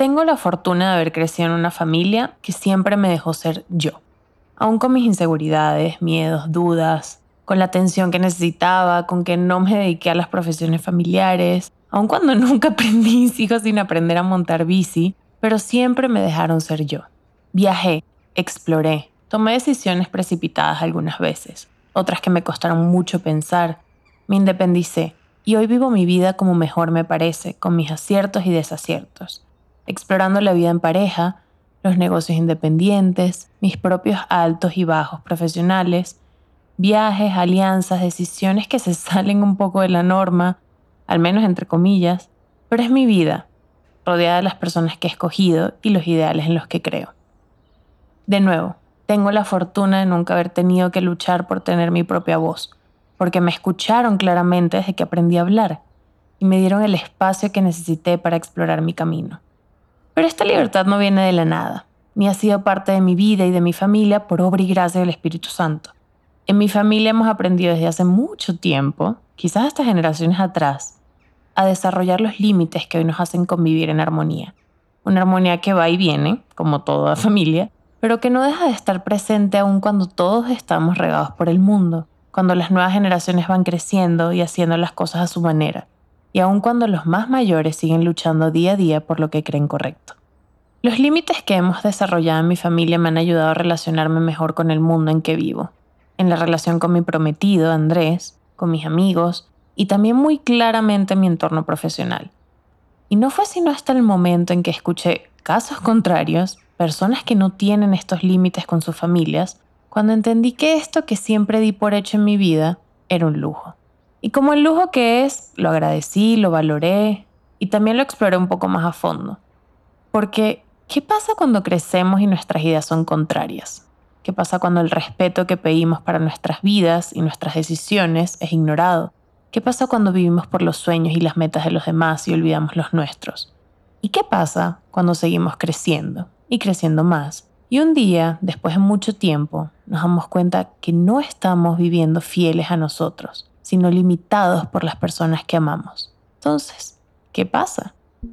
Tengo la fortuna de haber crecido en una familia que siempre me dejó ser yo, aún con mis inseguridades, miedos, dudas, con la atención que necesitaba, con que no me dediqué a las profesiones familiares, aun cuando nunca aprendí, sigo sin aprender a montar bici, pero siempre me dejaron ser yo. Viajé, exploré, tomé decisiones precipitadas algunas veces, otras que me costaron mucho pensar, me independicé y hoy vivo mi vida como mejor me parece, con mis aciertos y desaciertos, explorando la vida en pareja, los negocios independientes, mis propios altos y bajos profesionales, viajes, alianzas, decisiones que se salen un poco de la norma, al menos entre comillas, pero es mi vida, rodeada de las personas que he escogido y los ideales en los que creo. De nuevo, tengo la fortuna de nunca haber tenido que luchar por tener mi propia voz, porque me escucharon claramente desde que aprendí a hablar y me dieron el espacio que necesité para explorar mi camino. Pero esta libertad no viene de la nada, ni ha sido parte de mi vida y de mi familia por obra y gracia del Espíritu Santo. En mi familia hemos aprendido desde hace mucho tiempo, quizás hasta generaciones atrás, a desarrollar los límites que hoy nos hacen convivir en armonía. Una armonía que va y viene, como toda familia, pero que no deja de estar presente aún cuando todos estamos regados por el mundo, cuando las nuevas generaciones van creciendo y haciendo las cosas a su manera, y aun cuando los más mayores siguen luchando día a día por lo que creen correcto. Los límites que hemos desarrollado en mi familia me han ayudado a relacionarme mejor con el mundo en que vivo, en la relación con mi prometido, Andrés, con mis amigos y también muy claramente en mi entorno profesional. Y no fue sino hasta el momento en que escuché casos contrarios, personas que no tienen estos límites con sus familias, cuando entendí que esto que siempre di por hecho en mi vida era un lujo. Y como el lujo que es, lo agradecí, lo valoré y también lo exploré un poco más a fondo. Porque, ¿qué pasa cuando crecemos y nuestras ideas son contrarias? ¿Qué pasa cuando el respeto que pedimos para nuestras vidas y nuestras decisiones es ignorado? ¿Qué pasa cuando vivimos por los sueños y las metas de los demás y olvidamos los nuestros? ¿Y qué pasa cuando seguimos creciendo y creciendo más? Y un día, después de mucho tiempo, nos damos cuenta que no estamos viviendo fieles a nosotros, sino limitados por las personas que amamos. Entonces, ¿qué pasa?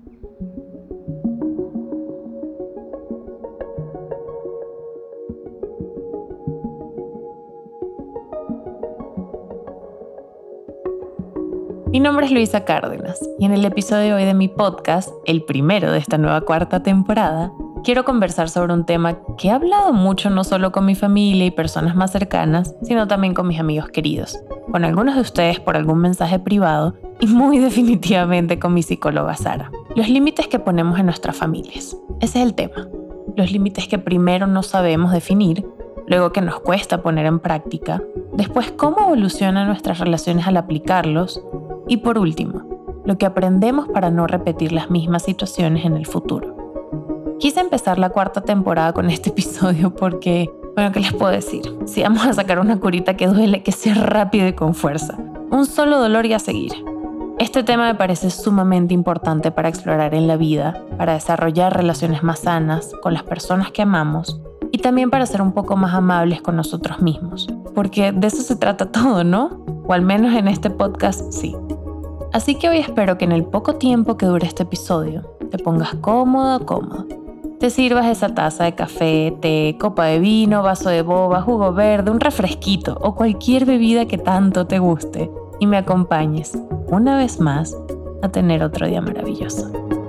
Mi nombre es Luisa Cárdenas y en el episodio de hoy de mi podcast, el primero de esta nueva cuarta temporada, quiero conversar sobre un tema que he hablado mucho no solo con mi familia y personas más cercanas, sino también con mis amigos queridos, con algunos de ustedes por algún mensaje privado y muy definitivamente con mi psicóloga Sara. Los límites que ponemos en nuestras familias. Ese es el tema. Los límites que primero no sabemos definir, luego que nos cuesta poner en práctica, después cómo evolucionan nuestras relaciones al aplicarlos, y por último, lo que aprendemos para no repetir las mismas situaciones en el futuro. Quise empezar la cuarta temporada con este episodio porque, ¿qué les puedo decir? Si vamos a sacar una curita que duele, que sea rápido y con fuerza. Un solo dolor y a seguir. Este tema me parece sumamente importante para explorar en la vida, para desarrollar relaciones más sanas con las personas que amamos y también para ser un poco más amables con nosotros mismos. Porque de eso se trata todo, ¿no? O al menos en este podcast sí. Así que hoy espero que en el poco tiempo que dure este episodio te pongas cómodo o cómodo. Te sirvas esa taza de café, té, copa de vino, vaso de boba, jugo verde, un refresquito o cualquier bebida que tanto te guste y me acompañes una vez más a tener otro día maravilloso.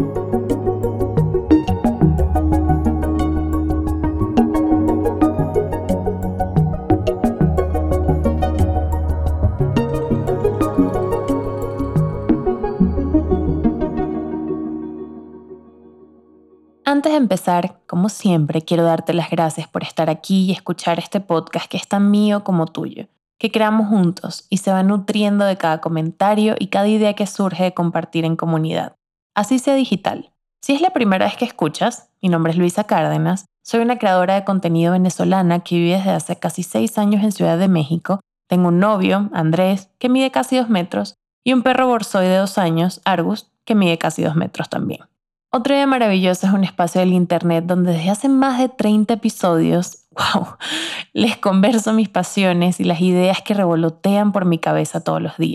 Antes de empezar, como siempre, quiero darte las gracias por estar aquí y escuchar este podcast que es tan mío como tuyo, que creamos juntos y se va nutriendo de cada comentario y cada idea que surge de compartir en comunidad, así sea digital. Si es la primera vez que escuchas, mi nombre es Luisa Cárdenas, soy una creadora de contenido venezolana que vive desde hace casi 6 años en Ciudad de México, tengo un novio, Andrés, que mide casi 2 metros, y un perro borzoi de 2 años, Argus, que mide casi 2 metros también. Otro Día Maravilloso es un espacio del internet donde desde hace más de 30 episodios, les converso mis pasiones y las ideas que revolotean por mi cabeza todos los días.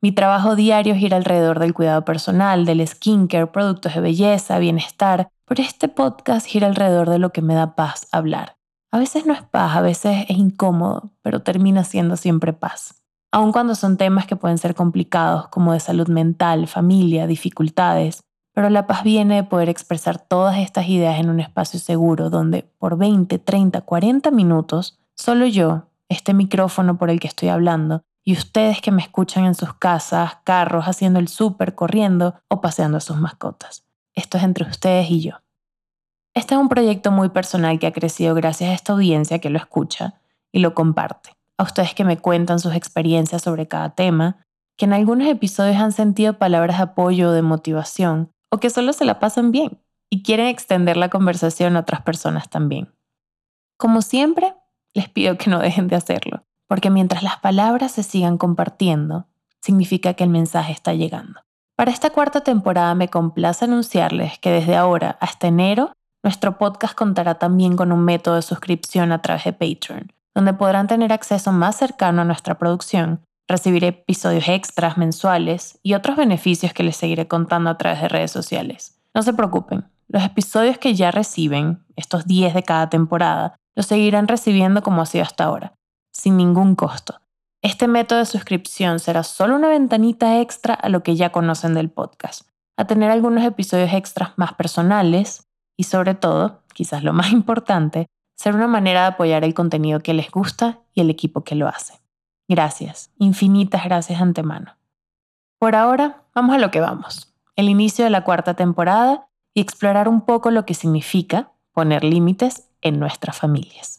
Mi trabajo diario gira alrededor del cuidado personal, del skincare, productos de belleza, bienestar, pero este podcast gira alrededor de lo que me da paz hablar. A veces no es paz, a veces es incómodo, pero termina siendo siempre paz. Aun cuando son temas que pueden ser complicados, como de salud mental, familia, dificultades, pero la paz viene de poder expresar todas estas ideas en un espacio seguro donde por 20, 30, 40 minutos, solo yo, este micrófono por el que estoy hablando, y ustedes que me escuchan en sus casas, carros, haciendo el súper, corriendo o paseando a sus mascotas. Esto es entre ustedes y yo. Este es un proyecto muy personal que ha crecido gracias a esta audiencia que lo escucha y lo comparte. A ustedes que me cuentan sus experiencias sobre cada tema, que en algunos episodios han sentido palabras de apoyo o de motivación, o que solo se la pasan bien y quieren extender la conversación a otras personas también. Como siempre, les pido que no dejen de hacerlo, porque mientras las palabras se sigan compartiendo, significa que el mensaje está llegando. Para esta cuarta temporada me complace anunciarles que desde ahora hasta enero, nuestro podcast contará también con un método de suscripción a través de Patreon, donde podrán tener acceso más cercano a nuestra producción, recibir episodios extras mensuales y otros beneficios que les seguiré contando a través de redes sociales. No se preocupen, los episodios que ya reciben, estos 10 de cada temporada, los seguirán recibiendo como ha sido hasta ahora, sin ningún costo. Este método de suscripción será solo una ventanita extra a lo que ya conocen del podcast, a tener algunos episodios extras más personales y sobre todo, quizás lo más importante, ser una manera de apoyar el contenido que les gusta y el equipo que lo hace. Gracias, infinitas gracias de antemano. Por ahora, vamos a lo que vamos, el inicio de la cuarta temporada y explorar un poco lo que significa poner límites en nuestras familias.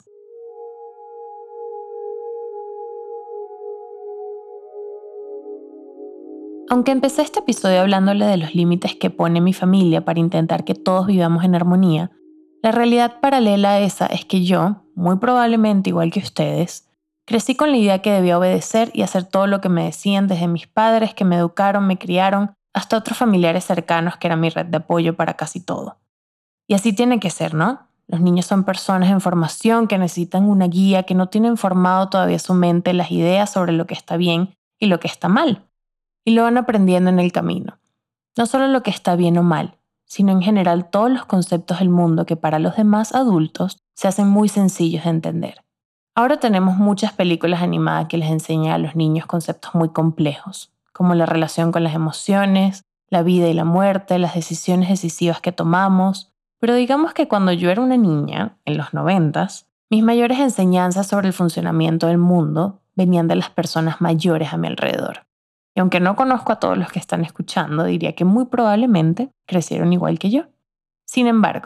Aunque empecé este episodio hablándole de los límites que pone mi familia para intentar que todos vivamos en armonía, la realidad paralela a esa es que yo, muy probablemente igual que ustedes, crecí con la idea que debía obedecer y hacer todo lo que me decían desde mis padres que me educaron, me criaron, hasta otros familiares cercanos que eran mi red de apoyo para casi todo. Y así tiene que ser, ¿no? Los niños son personas en formación que necesitan una guía, que no tienen formado todavía su mente las ideas sobre lo que está bien y lo que está mal. Y lo van aprendiendo en el camino. No solo lo que está bien o mal, sino en general todos los conceptos del mundo que para los demás adultos se hacen muy sencillos de entender. Ahora tenemos muchas películas animadas que les enseñan a los niños conceptos muy complejos, como la relación con las emociones, la vida y la muerte, las decisiones decisivas que tomamos. Pero digamos que cuando yo era una niña, en los 90s, mis mayores enseñanzas sobre el funcionamiento del mundo venían de las personas mayores a mi alrededor. Y aunque no conozco a todos los que están escuchando, diría que muy probablemente crecieron igual que yo. Sin embargo,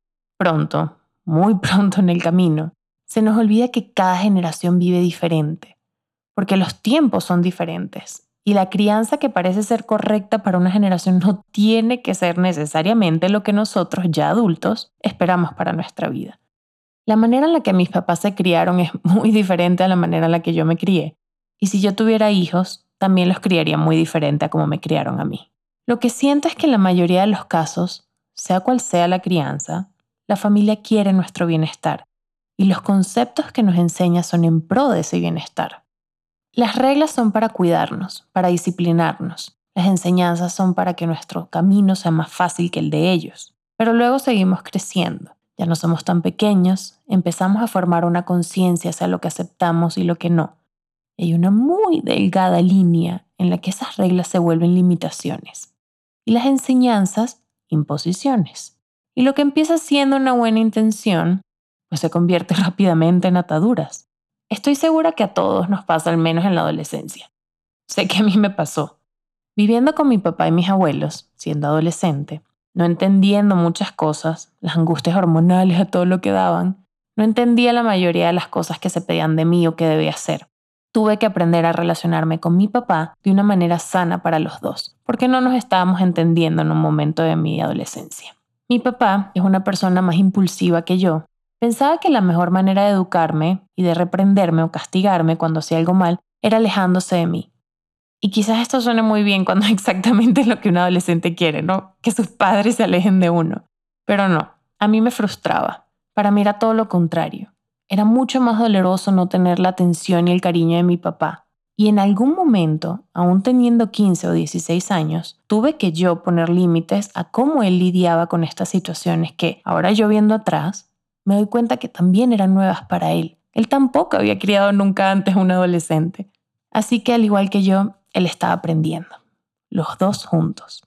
pronto, muy pronto en el camino, se nos olvida que cada generación vive diferente, porque los tiempos son diferentes y la crianza que parece ser correcta para una generación no tiene que ser necesariamente lo que nosotros, ya adultos, esperamos para nuestra vida. La manera en la que mis papás se criaron es muy diferente a la manera en la que yo me crié, y si yo tuviera hijos, también los criaría muy diferente a como me criaron a mí. Lo que siento es que en la mayoría de los casos, sea cual sea la crianza, la familia quiere nuestro bienestar y los conceptos que nos enseña son en pro de ese bienestar. Las reglas son para cuidarnos, para disciplinarnos. Las enseñanzas son para que nuestro camino sea más fácil que el de ellos. Pero luego seguimos creciendo. Ya no somos tan pequeños, empezamos a formar una conciencia hacia lo que aceptamos y lo que no. Y hay una muy delgada línea en la que esas reglas se vuelven limitaciones. Y las enseñanzas, imposiciones. Y lo que empieza siendo una buena intención, pues se convierte rápidamente en ataduras. Estoy segura que a todos nos pasa al menos en la adolescencia. Sé que a mí me pasó. Viviendo con mi papá y mis abuelos, siendo adolescente, no entendiendo muchas cosas, las angustias hormonales a todo lo que daban, no entendía la mayoría de las cosas que se pedían de mí o que debía hacer. Tuve que aprender a relacionarme con mi papá de una manera sana para los dos, porque no nos estábamos entendiendo en un momento de mi adolescencia. Mi papá es una persona más impulsiva que yo. Pensaba que la mejor manera de educarme y de reprenderme o castigarme cuando hacía algo mal era alejándose de mí. Y quizás esto suene muy bien cuando es exactamente lo que un adolescente quiere, ¿no? Que sus padres se alejen de uno. Pero no, a mí me frustraba. Para mí era todo lo contrario. Era mucho más doloroso no tener la atención y el cariño de mi papá. Y en algún momento, aún teniendo 15 o 16 años, tuve que yo poner límites a cómo él lidiaba con estas situaciones que, ahora yo viendo atrás, me doy cuenta que también eran nuevas para él. Él tampoco había criado nunca antes a un adolescente. Así que al igual que yo, él estaba aprendiendo. Los dos juntos.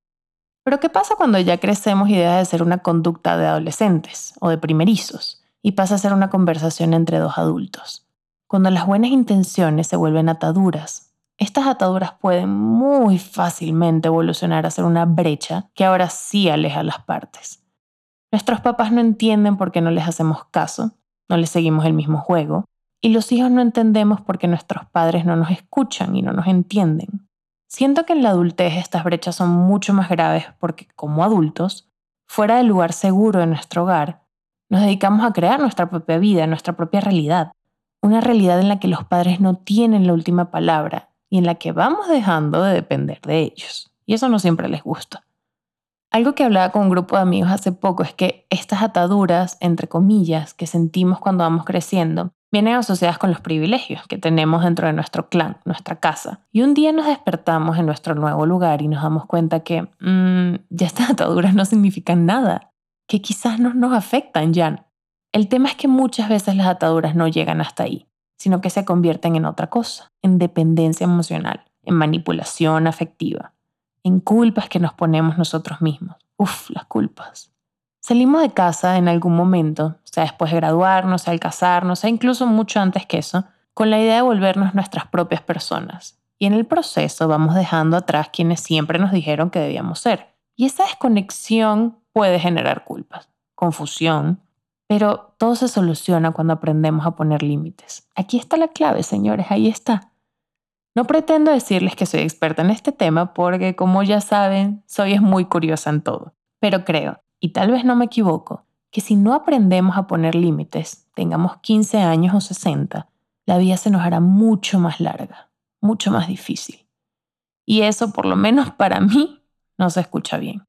Pero ¿qué pasa cuando ya crecemos y deja de ser una conducta de adolescentes o de primerizos y pasa a ser una conversación entre dos adultos? Cuando las buenas intenciones se vuelven ataduras, estas ataduras pueden muy fácilmente evolucionar a ser una brecha que ahora sí aleja las partes. Nuestros papás no entienden por qué no les hacemos caso, no les seguimos el mismo juego, y los hijos no entendemos por qué nuestros padres no nos escuchan y no nos entienden. Siento que en la adultez estas brechas son mucho más graves porque, como adultos, fuera del lugar seguro de nuestro hogar, nos dedicamos a crear nuestra propia vida, nuestra propia realidad. Una realidad en la que los padres no tienen la última palabra y en la que vamos dejando de depender de ellos. Y eso no siempre les gusta. Algo que hablaba con un grupo de amigos hace poco es que estas ataduras, entre comillas, que sentimos cuando vamos creciendo, vienen asociadas con los privilegios que tenemos dentro de nuestro clan, nuestra casa. Y un día nos despertamos en nuestro nuevo lugar y nos damos cuenta que ya estas ataduras no significan nada, que quizás no nos afectan ya. El tema es que muchas veces las ataduras no llegan hasta ahí, sino que se convierten en otra cosa, en dependencia emocional, en manipulación afectiva, en culpas que nos ponemos nosotros mismos. Las culpas. Salimos de casa en algún momento, sea después de graduarnos, sea al casarnos, sea incluso mucho antes que eso, con la idea de volvernos nuestras propias personas. Y en el proceso vamos dejando atrás quienes siempre nos dijeron que debíamos ser. Y esa desconexión puede generar culpas, confusión, pero todo se soluciona cuando aprendemos a poner límites. Aquí está la clave, señores, ahí está. No pretendo decirles que soy experta en este tema porque, como ya saben, soy muy curiosa en todo. Pero creo, y tal vez no me equivoco, que si no aprendemos a poner límites, tengamos 15 años o 60, la vida se nos hará mucho más larga, mucho más difícil. Y eso, por lo menos para mí, no se escucha bien.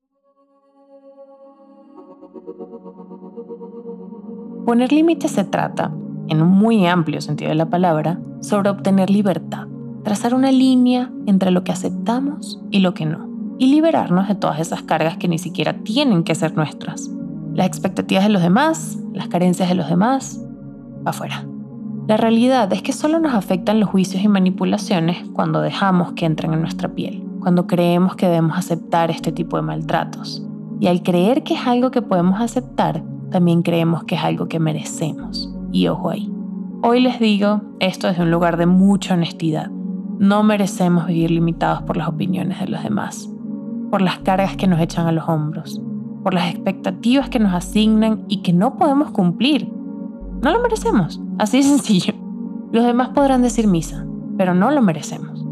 Poner límites se trata, en un muy amplio sentido de la palabra, sobre obtener libertad. Trazar una línea entre lo que aceptamos y lo que no, y liberarnos de todas esas cargas que ni siquiera tienen que ser nuestras. Las expectativas de los demás, las carencias de los demás, afuera. La realidad es que solo nos afectan los juicios y manipulaciones cuando dejamos que entren en nuestra piel, cuando creemos que debemos aceptar este tipo de maltratos. Y al creer que es algo que podemos aceptar, también creemos que es algo que merecemos. Y ojo ahí. Hoy les digo esto desde un lugar de mucha honestidad. No merecemos vivir limitados por las opiniones de los demás, por las cargas que nos echan a los hombros, por las expectativas que nos asignan y que no podemos cumplir. No lo merecemos, así de sencillo. Los demás podrán decir misa, pero no lo merecemos.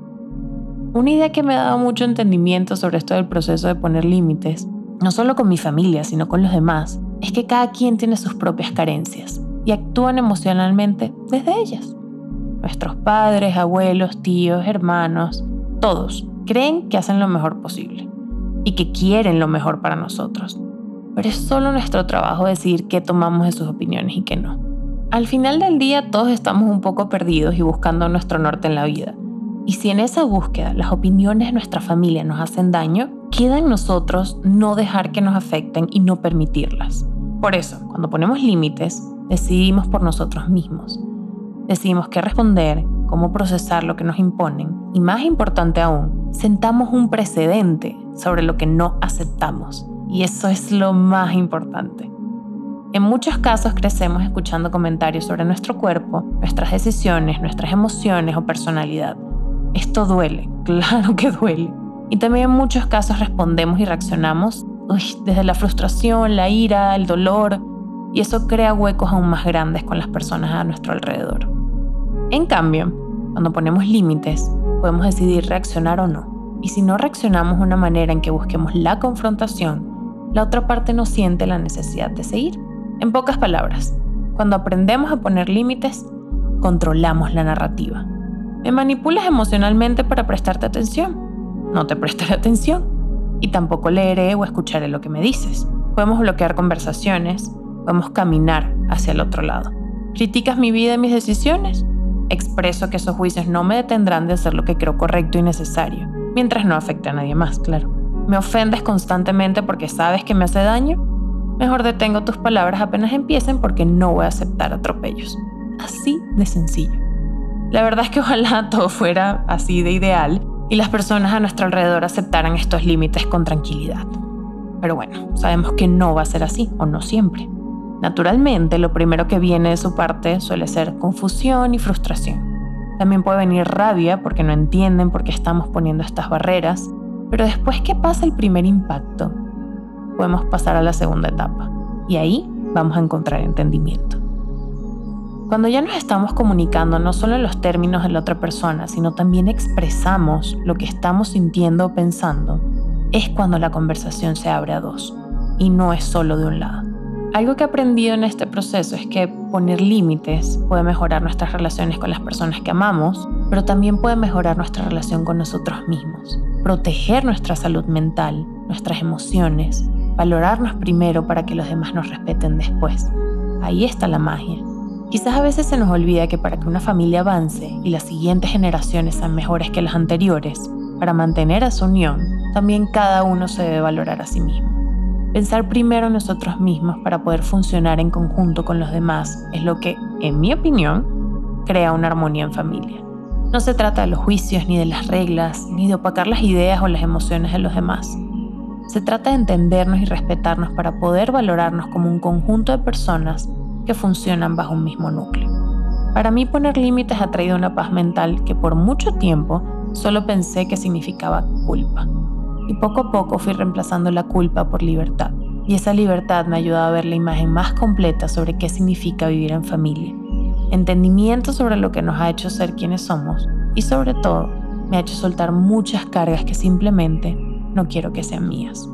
Una idea que me ha dado mucho entendimiento sobre esto del proceso de poner límites, no solo con mi familia, sino con los demás, es que cada quien tiene sus propias carencias y actúan emocionalmente desde ellas. Nuestros padres, abuelos, tíos, hermanos, todos creen que hacen lo mejor posible y que quieren lo mejor para nosotros. Pero es solo nuestro trabajo decidir qué tomamos de sus opiniones y qué no. Al final del día todos estamos un poco perdidos y buscando nuestro norte en la vida. Y si en esa búsqueda las opiniones de nuestra familia nos hacen daño, queda en nosotros no dejar que nos afecten y no permitirlas. Por eso, cuando ponemos límites, decidimos por nosotros mismos. Decidimos qué responder, cómo procesar lo que nos imponen y, más importante aún, sentamos un precedente sobre lo que no aceptamos. Y eso es lo más importante. En muchos casos crecemos escuchando comentarios sobre nuestro cuerpo, nuestras decisiones, nuestras emociones o personalidad. Esto duele, claro que duele. Y también en muchos casos respondemos y reaccionamos desde la frustración, la ira, el dolor, y eso crea huecos aún más grandes con las personas a nuestro alrededor. En cambio, cuando ponemos límites, podemos decidir reaccionar o no. Y si no reaccionamos de una manera en que busquemos la confrontación, la otra parte no siente la necesidad de seguir. En pocas palabras, cuando aprendemos a poner límites, controlamos la narrativa. Me manipulas emocionalmente para prestarte atención. No te prestaré atención. Y tampoco leeré o escucharé lo que me dices. Podemos bloquear conversaciones. Podemos caminar hacia el otro lado. ¿Criticas mi vida y mis decisiones? expreso que esos juicios no me detendrán de hacer lo que creo correcto y necesario, mientras no afecte a nadie más, claro. ¿Me ofendes constantemente porque sabes que me hace daño? Mejor detengo tus palabras apenas empiecen porque no voy a aceptar atropellos. Así de sencillo. La verdad es que ojalá todo fuera así de ideal y las personas a nuestro alrededor aceptaran estos límites con tranquilidad. Pero bueno, sabemos que no va a ser así, o no siempre. Naturalmente, lo primero que viene de su parte suele ser confusión y frustración. También puede venir rabia porque no entienden por qué estamos poniendo estas barreras, pero después que pasa el primer impacto, podemos pasar a la segunda etapa, y ahí vamos a encontrar entendimiento. Cuando ya nos estamos comunicando no solo en los términos de la otra persona, sino también expresamos lo que estamos sintiendo o pensando, es cuando la conversación se abre a dos, y no es solo de un lado. Algo que he aprendido en este proceso es que poner límites puede mejorar nuestras relaciones con las personas que amamos, pero también puede mejorar nuestra relación con nosotros mismos, proteger nuestra salud mental, nuestras emociones, valorarnos primero para que los demás nos respeten después. Ahí está la magia. Quizás a veces se nos olvida que para que una familia avance y las siguientes generaciones sean mejores que las anteriores, para mantener esa unión, también cada uno se debe valorar a sí mismo. Pensar primero en nosotros mismos para poder funcionar en conjunto con los demás es lo que, en mi opinión, crea una armonía en familia. No se trata de los juicios, ni de las reglas, ni de opacar las ideas o las emociones de los demás. Se trata de entendernos y respetarnos para poder valorarnos como un conjunto de personas que funcionan bajo un mismo núcleo. Para mí, poner límites ha traído una paz mental que por mucho tiempo solo pensé que significaba culpa. Y poco a poco fui reemplazando la culpa por libertad. Y esa libertad me ha ayudado a ver la imagen más completa sobre qué significa vivir en familia. Entendimiento sobre lo que nos ha hecho ser quienes somos. Y sobre todo, me ha hecho soltar muchas cargas que simplemente no quiero que sean mías.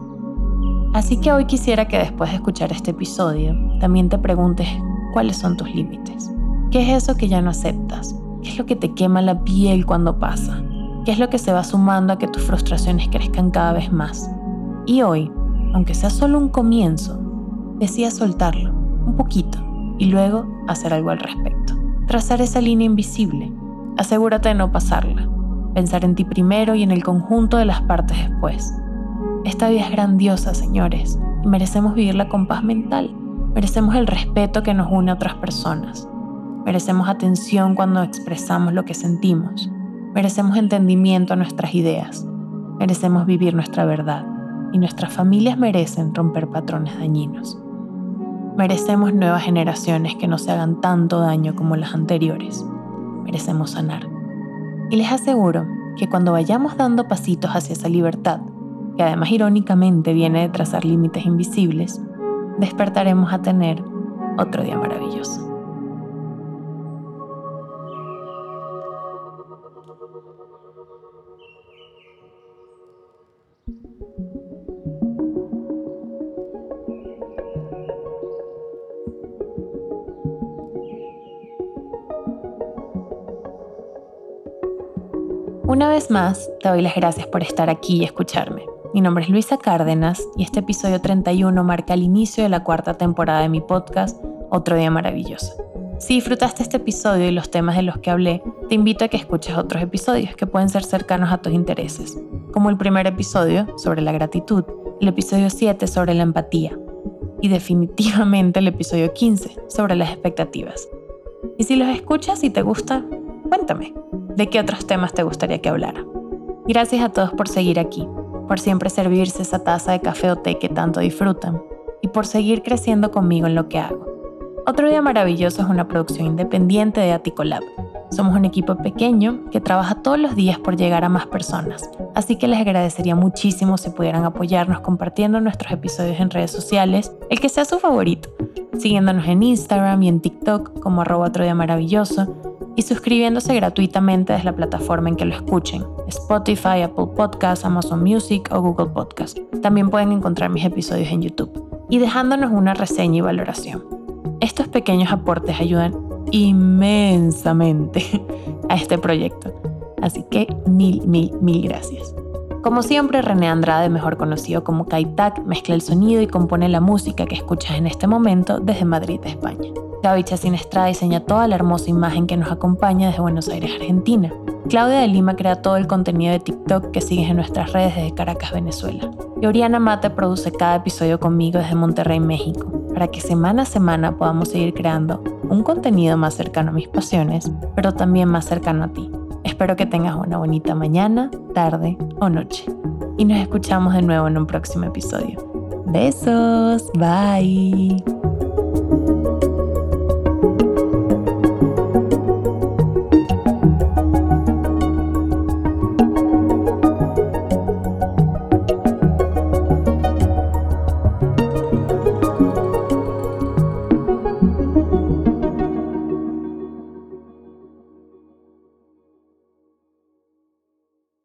Así que hoy quisiera que después de escuchar este episodio, también te preguntes cuáles son tus límites. ¿Qué es eso que ya no aceptas? ¿Qué es lo que te quema la piel cuando pasa? ¿Qué es lo que se va sumando a que tus frustraciones crezcan cada vez más? Y hoy, aunque sea solo un comienzo, decida soltarlo, un poquito, y luego hacer algo al respecto. Trazar esa línea invisible. Asegúrate de no pasarla. Pensar en ti primero y en el conjunto de las partes después. Esta vida es grandiosa, señores, y merecemos vivirla con paz mental. Merecemos el respeto que nos une a otras personas. Merecemos atención cuando expresamos lo que sentimos. Merecemos entendimiento a nuestras ideas. Merecemos vivir nuestra verdad. Y nuestras familias merecen romper patrones dañinos. Merecemos nuevas generaciones que no se hagan tanto daño como las anteriores. Merecemos sanar. Y les aseguro que cuando vayamos dando pasitos hacia esa libertad, que además irónicamente viene de trazar límites invisibles, despertaremos a tener otro día maravilloso. Una vez más, te doy las gracias por estar aquí y escucharme. Mi nombre es Luisa Cárdenas y este episodio 31 marca el inicio de la 4ª temporada de mi podcast, Otro Día Maravilloso. Si disfrutaste este episodio y los temas de los que hablé, te invito a que escuches otros episodios que pueden ser cercanos a tus intereses, como el primer episodio sobre la gratitud, el episodio 7 sobre la empatía y definitivamente el episodio 15 sobre las expectativas. Y si los escuchas y te gusta, cuéntame, ¿de qué otros temas te gustaría que hablara? Gracias a todos por seguir aquí, por siempre servirse esa taza de café o té que tanto disfrutan y por seguir creciendo conmigo en lo que hago. Otro Día Maravilloso es una producción independiente de Ático Lab. Somos un equipo pequeño que trabaja todos los días por llegar a más personas, así que les agradecería muchísimo si pudieran apoyarnos compartiendo nuestros episodios en redes sociales, el que sea su favorito, siguiéndonos en Instagram y en TikTok como @otrodíamaravilloso y suscribiéndose gratuitamente desde la plataforma en que lo escuchen, Spotify, Apple Podcasts, Amazon Music o Google Podcasts. También pueden encontrar mis episodios en YouTube y dejándonos una reseña y valoración. Estos pequeños aportes ayudan inmensamente a este proyecto, así que mil gracias. Como siempre, René Andrade, mejor conocido como Kaitak, mezcla el sonido y compone la música que escuchas en este momento desde Madrid, España. Gaby Chacín Estrada diseña toda la hermosa imagen que nos acompaña desde Buenos Aires, Argentina. Claudia de Lima crea todo el contenido de TikTok que sigues en nuestras redes desde Caracas, Venezuela. Y Oriana Mate produce cada episodio conmigo desde Monterrey, México, para que semana a semana podamos seguir creando un contenido más cercano a mis pasiones, pero también más cercano a ti. Espero que tengas una bonita mañana, tarde o noche. Y nos escuchamos de nuevo en un próximo episodio. Besos, bye.